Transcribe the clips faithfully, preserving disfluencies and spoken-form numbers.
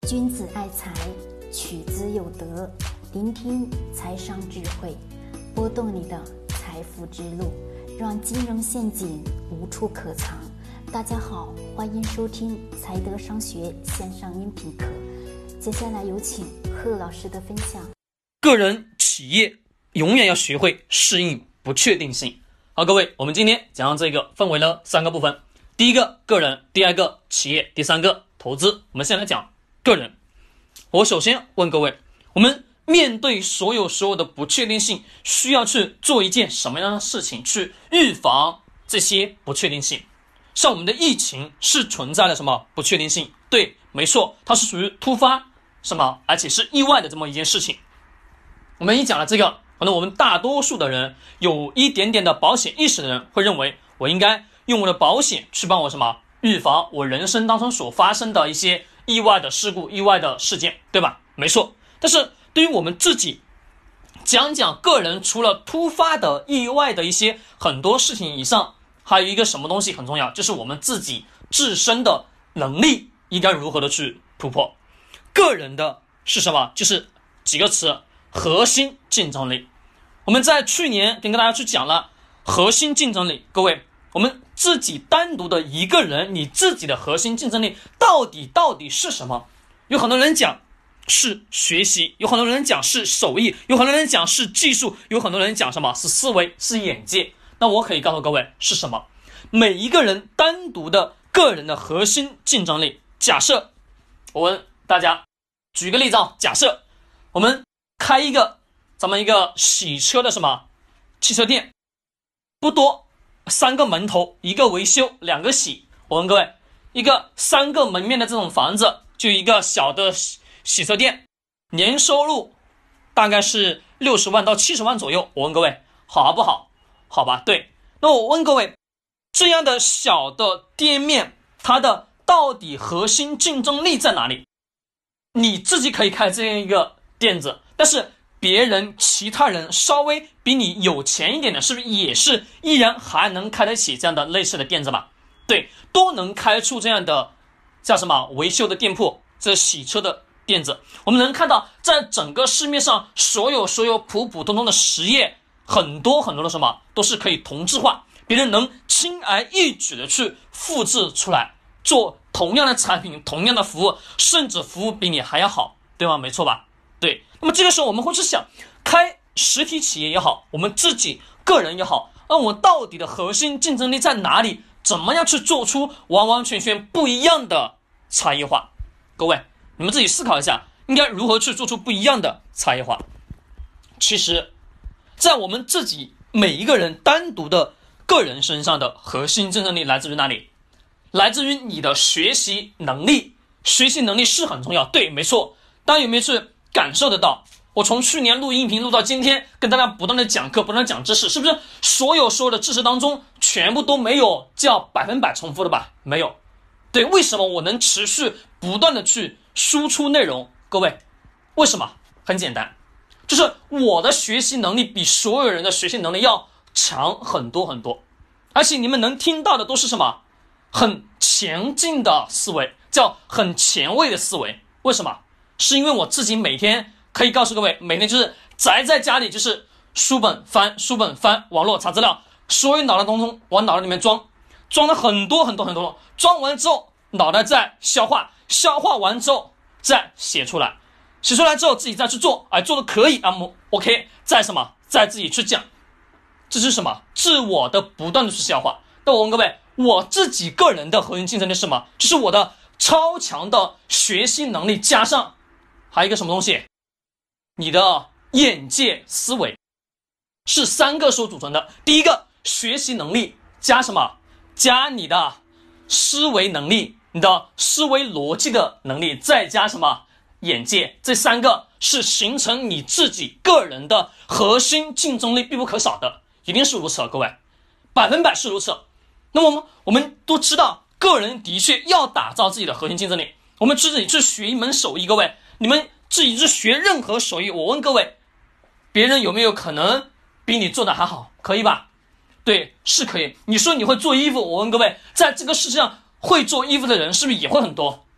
君子爱财，取之有德。聆听财商智慧，拨动你的财富之路，让金融陷阱无处可藏。大家好，欢迎收听财德商学线上音频课。接下来有请贺老师的分享。 个人企业永远要学会适应不确定性。好，各位，我们今天讲这个分为了三个部分。第一个个人，第二个企业，第三个投资。我们先来讲个人。我首先问各位，我们面对所有所有的不确定性，需要去做一件什么样的事情去预防这些不确定性？像我们的疫情是存在了什么不确定性？对，没错，它是属于突发什么，而且是意外的这么一件事情。我们一讲了这个，可能我们大多数的人有一点点的保险意识的人会认为，我应该用我的保险去帮我什么预防我人生当中所发生的一些意外的事故、意外的事件，对吧？没错。但是对于我们自己讲讲个人，除了突发的意外的一些很多事情以上，还有一个什么东西很重要，就是我们自己自身的能力应该如何的去突破。个人的是什么？就是几个词：核心竞争力。我们在去年跟大家去讲了核心竞争力，各位，我们自己单独的一个人，你自己的核心竞争力到底到底是什么？有很多人讲是学习，有很多人讲是手艺，有很多人讲是技术，有很多人讲什么是思维，是眼界。那我可以告诉各位是什么？每一个人单独的个人的核心竞争力。假设我问大家，举个例子啊，假设我们开一个咱们一个洗车的什么汽车店，不多，三个门头，一个维修，两个洗。我问各位，一个三个门面的这种房子，就一个小的洗洗车店，年收入大概是六十万到七十万左右。我问各位，好不好？好吧，对。那我问各位，这样的小的店面，它的到底核心竞争力在哪里？你自己可以开这样一个店子，但是别人其他人稍微比你有钱一点的，是不是也是依然还能开得起这样的类似的店子吧？对，都能开出这样的叫什么维修的店铺，这洗车的店子。我们能看到，在整个市面上所有所有普普通通的实业，很多很多的什么都是可以同质化，别人能轻而易举的去复制出来，做同样的产品，同样的服务，甚至服务比你还要好，对吗？没错吧？对。那么这个时候我们会去想，开实体企业也好，我们自己个人也好，那我到底的核心竞争力在哪里？怎么样去做出完完全全不一样的差异化？各位，你们自己思考一下，应该如何去做出不一样的差异化？其实在我们自己每一个人单独的个人身上的核心竞争力来自于哪里？来自于你的学习能力。学习能力是很重要，对，没错。大家有没有去感受得到？我从去年录音频录到今天，跟大家不断的讲课，不断的讲知识，是不是所有所有的知识当中全部都没有叫百分百重复的吧？没有。对，为什么我能持续不断的去输出内容？各位，为什么？很简单，就是我的学习能力比所有人的学习能力要强很多很多，而且你们能听到的都是什么？很前进的思维，叫很前卫的思维。为什么？是因为我自己每天可以告诉各位，每天就是宅在家里，就是书本翻书本翻，网络查资料，所有脑袋当中往脑袋里面装，装了很多很多很多，装完之后脑袋再消化，消化完之后再写出来，写出来之后自己再去做，哎，做的可以啊 ，OK， 再什么，再自己去讲，这是什么？自我的不断的去消化。那我问各位，我自己个人的核心竞争力是什么？就是我的超强的学习能力，加上还有一个什么东西？你的眼界思维，是三个所组成的。第一个，学习能力加什么？加你的思维能力，你的思维逻辑的能力，再加什么？眼界。这三个是形成你自己个人的核心竞争力必不可少的，一定是如此，各位，百分百是如此。那么我们我们都知道，个人的确要打造自己的核心竞争力。我们自己去学一门手艺，各位，你们自己去学任何手艺，我问各位，别人有没有可能比你做的还好？可以吧？对，是可以。你说你会做衣服，我问各位，在这个世界上会做衣服的人是不是也会很多？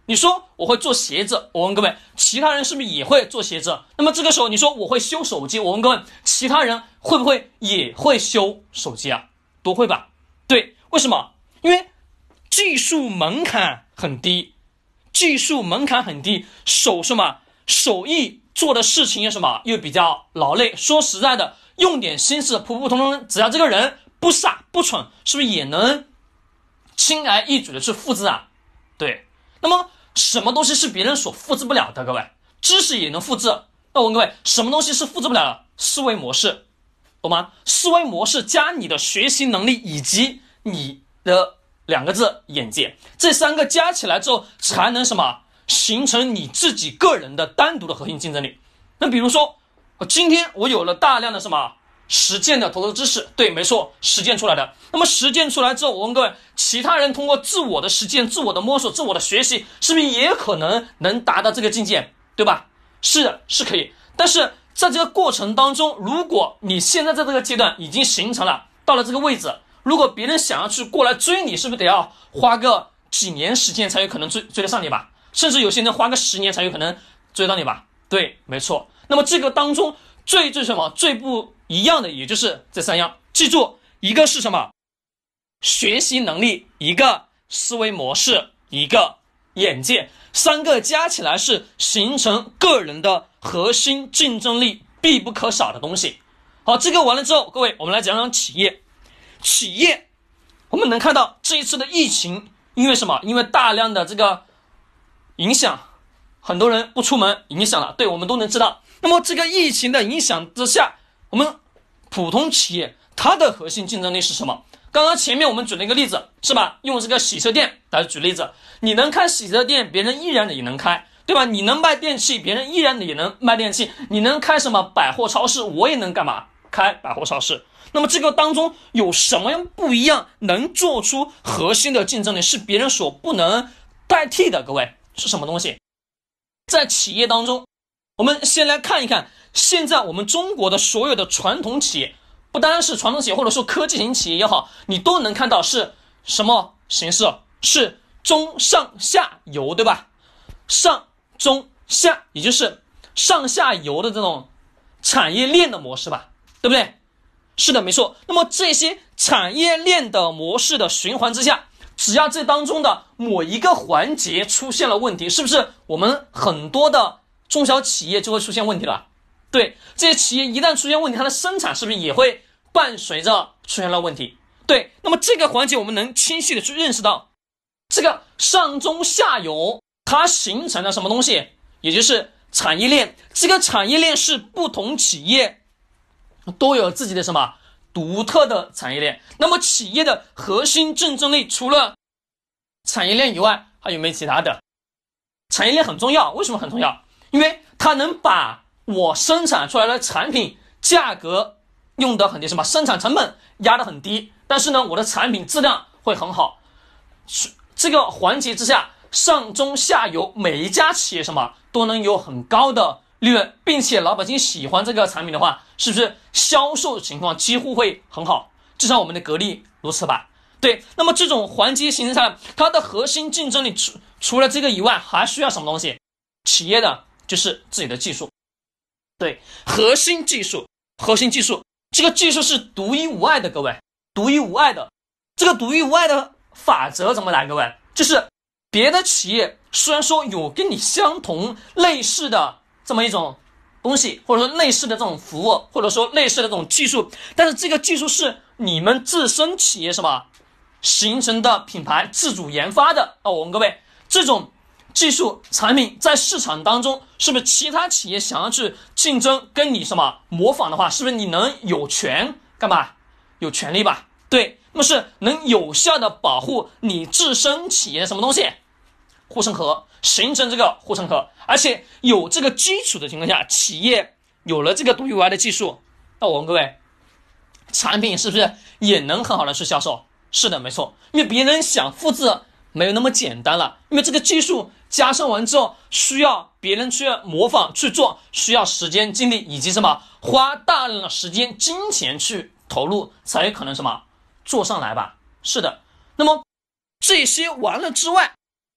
你说我会做鞋子，我问各位，其他人是不是也会做鞋子？那么这个时候你说我会修手机，我问各位，其他人会不会也会修手机啊？都会吧？对，为什么？因为技术门槛很低，技术门槛很低，手什么手艺做的事情又什么又比较劳累。说实在的，用点心思，普普通通，只要这个人不傻不蠢，是不是也能轻而易举的去复制啊？对。那么什么东西是别人所复制不了的？各位，知识也能复制。那我问各位，什么东西是复制不了的？思维模式，懂吗？思维模式加你的学习能力以及你的两个字眼界，这三个加起来之后，才能什么形成你自己个人的单独的核心竞争力。那比如说，今天我有了大量的什么实践的投资知识，对，没错，实践出来的。那么实践出来之后，我问各位，其他人通过自我的实践、自我的摸索、自我的学习，是不是也可能能达到这个境界，对吧？是的，是可以。但是在这个过程当中，如果你现在在这个阶段已经形成了，到了这个位置，如果别人想要去过来追你，是不是得要花个几年时间才有可能追追得上你吧？甚至有些人花个十年才有可能追到你吧？对，没错。那么这个当中最最什么最不一样的，也就是这三样。记住，一个是什么？学习能力，一个思维模式，一个眼界，三个加起来是形成个人的核心竞争力必不可少的东西。好，这个完了之后，各位，我们来讲讲企业。企业，我们能看到这一次的疫情，因为什么？因为大量的这个影响，很多人不出门，影响了。对，我们都能知道。那么这个疫情的影响之下，我们普通企业它的核心竞争力是什么？刚刚前面我们举了一个例子，是吧？用这个洗车店来举例子，你能开洗车店，别人依然的也能开，对吧？你能卖电器，别人依然的也能卖电器。你能开什么百货超市，我也能干嘛？开百货超市。那么这个当中有什么样不一样，能做出核心的竞争力，是别人所不能代替的？各位，是什么东西？在企业当中，我们先来看一看，现在我们中国的所有的传统企业，不单是传统企业，或者说科技型企业也好，你都能看到是什么形式？是中上下游，对吧？上中下，也就是上下游的这种产业链的模式吧，对不对？是的，没错。那么这些产业链的模式的循环之下，只要这当中的某一个环节出现了问题，是不是我们很多的中小企业就会出现问题了？对，这些企业一旦出现问题，它的生产是不是也会伴随着出现了问题？对，那么这个环节我们能清晰的去认识到，这个上中下游它形成了什么东西？也就是产业链。这个产业链是不同企业都有自己的什么独特的产业链。那么企业的核心竞争力除了产业链以外，还有没有其他的？产业链很重要，为什么很重要？因为它能把我生产出来的产品价格用得很低，什么生产成本压得很低，但是呢，我的产品质量会很好。这个环节之下，上中下游每一家企业什么都能有很高的利润，并且老百姓喜欢这个产品的话，是不是销售情况几乎会很好？至少我们的格力如此吧。对，那么这种环节形成下来，它的核心竞争力除除了这个以外，还需要什么东西？企业的就是自己的技术。对，核心技术，核心技术，这个技术是独一无二的，各位，独一无二的。这个独一无二的法则怎么来？各位，就是别的企业虽然说有跟你相同类似的这么一种东西，或者说类似的这种服务，或者说类似的这种技术，但是这个技术是你们自身企业什么形成的品牌自主研发的哦。我们各位，这种技术产品在市场当中，是不是其他企业想要去竞争跟你什么模仿的话，是不是你能有权干嘛？有权利吧？对，那么是能有效的保护你自身企业的什么东西？护城河，形成这个护城河，而且有这个基础的情况下，企业有了这个独一无二的技术，那我们各位产品是不是也能很好的去销售？是的，没错，因为别人想复制没有那么简单了，因为这个技术加上完之后，需要别人去模仿去做，需要时间、精力以及什么花大量的时间、金钱去投入，才有可能什么做上来吧？是的，那么这些完了之外，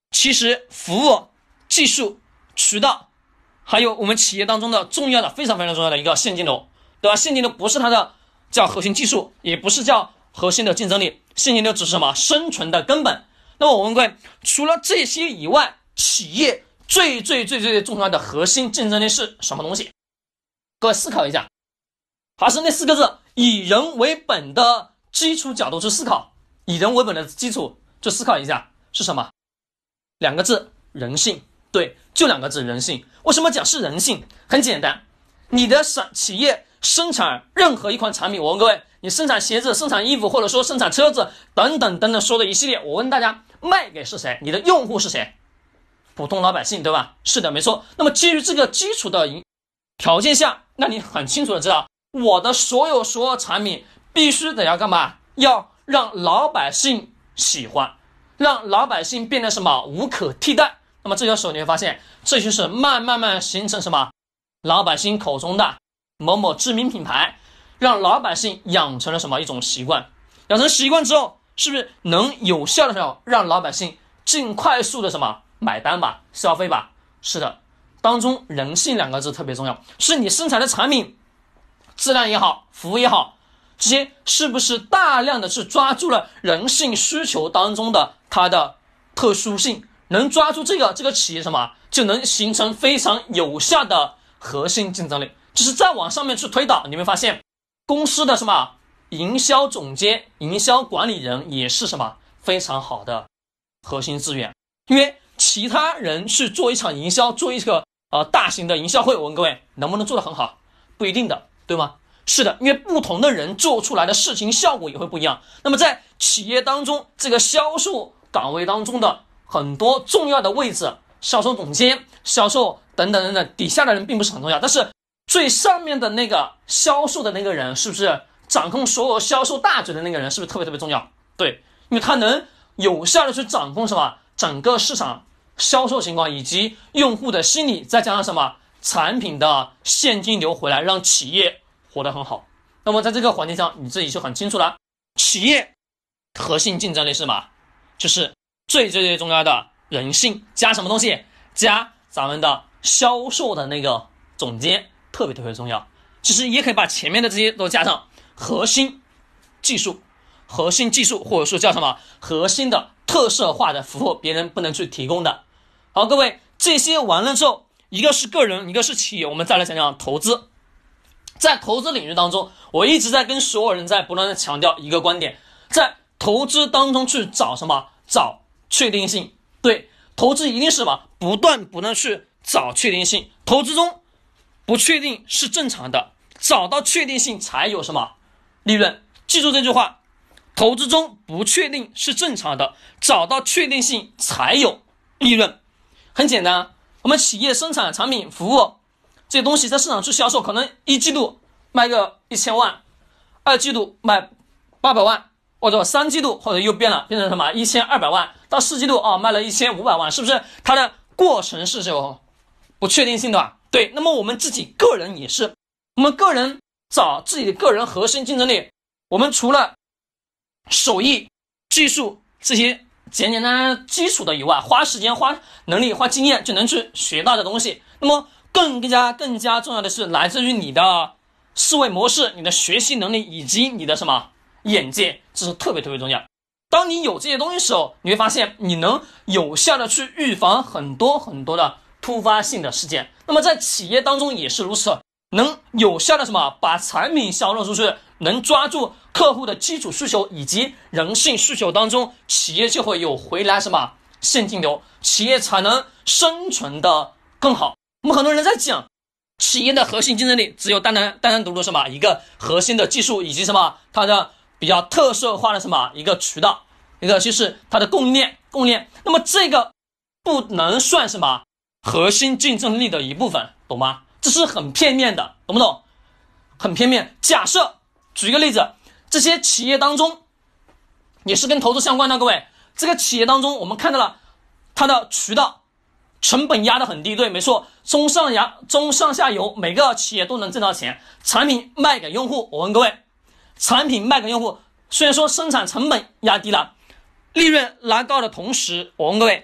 其实服务、技术、渠道，还有我们企业当中的重要的非常非常重要的一个现金流，对吧？现金流不是它的叫核心技术，也不是叫核心的竞争力，现金流只是什么？生存的根本。那么我问各位，除了这些以外，企业最最最最重要的核心竞争力是什么东西？各位思考一下，还是那四个字，以人为本的基础角度去思考，以人为本的基础去思考一下是什么？两个字，人性。对，就两个字，人性。为什么讲是人性？很简单，你的企业生产任何一款产品，我问各位，你生产鞋子、生产衣服，或者说生产车子等等等等说的一系列，我问大家，卖给是谁？你的用户是谁？普通老百姓，对吧？是的，没错。那么基于这个基础的条件下，那你很清楚的知道，我的所有所有产品必须得要干嘛？要让老百姓喜欢，让老百姓变得什么？无可替代。那么这个时候你会发现，这就是慢慢慢形成什么？老百姓口中的某某知名品牌，让老百姓养成了什么？一种习惯。养成习惯之后，是不是能有效的时候让老百姓尽快速的什么？买单吧，消费吧？是的，当中人性两个字特别重要，是你生产的产品质量也好，服务也好，这些是不是大量的去抓住了人性需求当中的它的特殊性？能抓住这个，这个企业什么就能形成非常有效的核心竞争力。就是再往上面去推导，你会发现公司的什么营销总监、营销管理人也是什么非常好的核心资源。因为其他人去做一场营销，做一个呃大型的营销会，我问各位能不能做得很好？不一定的，对吗？是的，因为不同的人做出来的事情效果也会不一样。那么在企业当中，这个销售岗位当中的很多重要的位置，销售总监、销售等等等等，底下的人并不是很重要，但是最上面的那个销售的那个人，是不是掌控所有销售大局的那个人，是不是特别特别重要？对，因为他能有效的去掌控什么整个市场销售情况以及用户的心理，再加上什么产品的现金流回来，让企业活得很好。那么在这个环境上，你自己就很清楚了，企业核心竞争力是什么？就是最最最重要的人性，加什么东西？加咱们的销售的那个总监，特别特别重要。其实也可以把前面的这些都加上，核心技术，核心技术或者说叫什么核心的特色化的服务，别人不能去提供的。好，各位，这些完了之后，一个是个人，一个是企业，我们再来讲讲投资。在投资领域当中，我一直在跟所有人在不断的强调一个观点，在投资当中去找什么？找确定性。对，投资一定是什么？不断不断去找确定性。投资中不确定是正常的，找到确定性才有什么利润。记住这句话，投资中不确定是正常的，找到确定性才有利润。很简单，我们企业生产产品服务这些东西在市场去销售，可能一季度卖个一千万，二季度卖八百万，或者三季度或者又变了，变成什么一千二百万，到四季度啊、哦、卖了一千五百万，是不是它的过程是有不确定性的？对，那么我们自己个人也是，我们个人找自己的个人核心竞争力，我们除了手艺、技术这些简简单单基础的以外，花时间、花能力、花经验就能去学到的东西，那么更加更加重要的是来自于你的思维模式、你的学习能力以及你的什么眼界，这是特别特别重要。当你有这些东西的时候，你会发现你能有效的去预防很多很多的突发性的事件。那么在企业当中也是如此，能有效的什么把产品销售出去，能抓住客户的基础需求以及人性需求当中，企业就会有回来什么现金流，企业才能生存的更好。我们很多人在讲企业的核心竞争力只有单单单单独独什么一个核心的技术以及什么它的比较特色化的什么一个渠道，一个就是它的供应链供应链。那么这个不能算什么核心竞争力的一部分，懂吗？这是很片面的，懂不懂？很片面。假设举一个例子，这些企业当中也是跟投资相关的，各位，这个企业当中我们看到了它的渠道成本压得很低，对，没错，中上牙中上下游每个企业都能挣到钱，产品卖给用户，我问各位，产品卖给用户，虽然说生产成本压低了，利润拉高的同时，我问各位，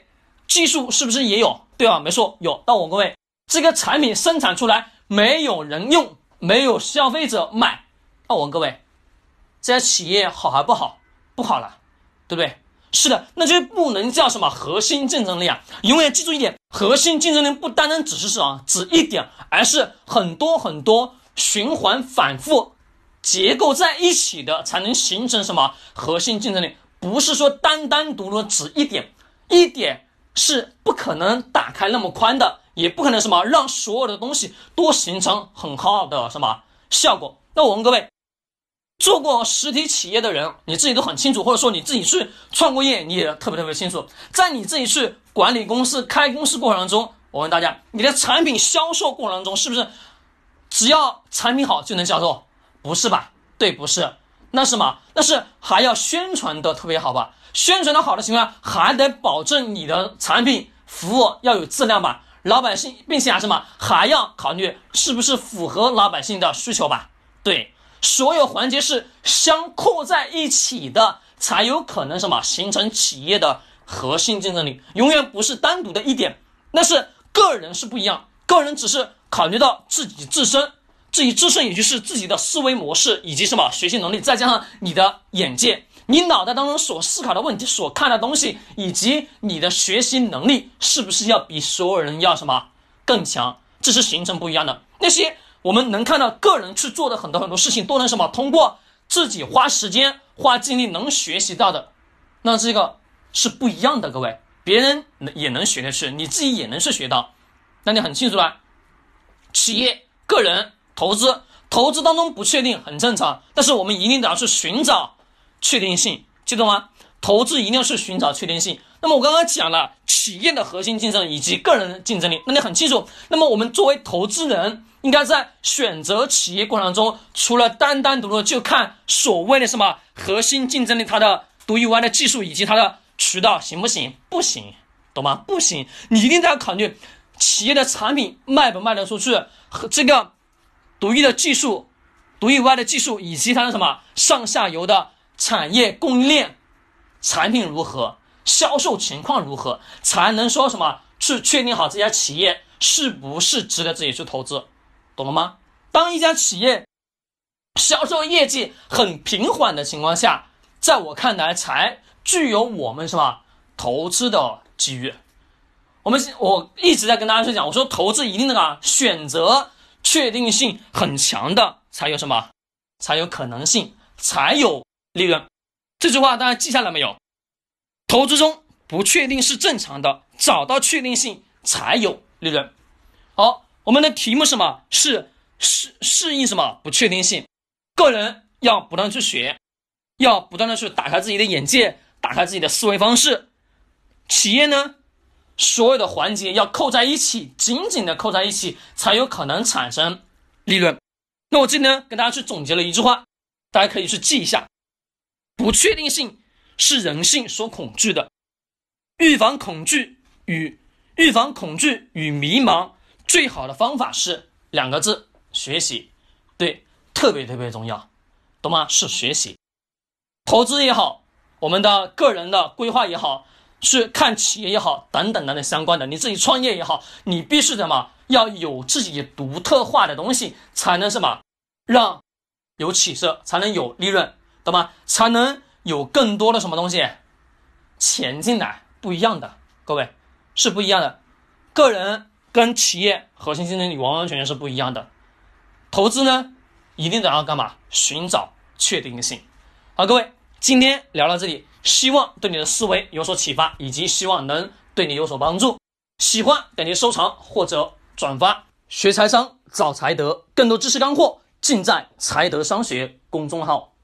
技术是不是也有？对吧？没错，有。但我各位，这个产品生产出来没有人用，没有消费者买，那我各位，这家企业好还不好？不好了，对不对？是的，那就不能叫什么核心竞争力啊！永远记住一点，核心竞争力不单单只是什么指一点，而是很多很多循环反复结构在一起的，才能形成什么核心竞争力。不是说单单独的指一点，一点是不可能打开那么宽的，也不可能什么让所有的东西都形成很好的什么效果。那我们各位做过实体企业的人，你自己都很清楚，或者说你自己去创过业，你也特别特别清楚。在你自己去管理公司、开公司过程当中，我问大家，你的产品销售过程当中，是不是只要产品好就能销售？不是吧？对，不是。那是什么？那是还要宣传的特别好吧？宣传的好的情况下，还得保证你的产品服务要有质量吧？老百姓，并且还什么？还要考虑是不是符合老百姓的需求吧？对。所有环节是相扣在一起的，才有可能什么形成企业的核心竞争力，永远不是单独的一点。那是个人是不一样，个人只是考虑到自己自身，自己自身也就是自己的思维模式以及什么学习能力，再加上你的眼界，你脑袋当中所思考的问题、所看的东西，以及你的学习能力是不是要比所有人要什么更强，这是形成不一样的。那些我们能看到个人去做的很多很多事情都能什么通过自己花时间花精力能学习到的，那这个是不一样的。各位，别人也能学的是，你自己也能是学到。那你很清楚了，企业、个人、投资，投资当中不确定很正常，但是我们一定得要去寻找确定性，记得吗？投资一定是寻找确定性。那么我刚刚讲了企业的核心竞争力以及个人的竞争力，那你很清楚，那么我们作为投资人应该在选择企业过程中，除了单单独独就看所谓的什么核心竞争力，它的独一无二的技术以及它的渠道行不行？不行，懂吗？不行，你一定得要考虑企业的产品卖不卖得出去，和这个独一的技术、独一无二的技术以及它的什么上下游的产业供应链产品如何，销售情况如何，才能说什么去确定好这家企业是不是值得自己去投资，懂了吗？当一家企业销售业绩很平缓的情况下，在我看来才具有我们什么投资的机遇。我们我一直在跟大家去讲，我说投资一定的啊，选择确定性很强的才有什么，才有可能性，才有利润。这句话大家记下来没有？投资中不确定是正常的，找到确定性才有利润。好，我们的题目是什么？是适适应什么不确定性？个人要不断去学，要不断的去打开自己的眼界，打开自己的思维方式。企业呢，所有的环节要扣在一起，紧紧的扣在一起，才有可能产生利润。那我今天呢，跟大家去总结了一句话，大家可以去记一下：不确定性是人性所恐惧的，预防恐惧与预防恐惧与迷茫，最好的方法是两个字：学习。对，特别特别重要，懂吗？是学习。投资也好，我们的个人的规划也好，去看企业也好，等等等等相关的，你自己创业也好，你必须什么？要有自己独特化的东西，才能什么？让有起色，才能有利润，懂吗？才能有更多的什么东西钱进来，不一样的，各位是不一样的。个人跟企业核心竞争力完完全全是不一样的。投资呢，一定得要干嘛？寻找确定性。好，各位，今天聊到这里，希望对你的思维有所启发，以及希望能对你有所帮助。喜欢点击收藏或者转发。学财商，找财德，更多知识干货尽在财德商学公众号。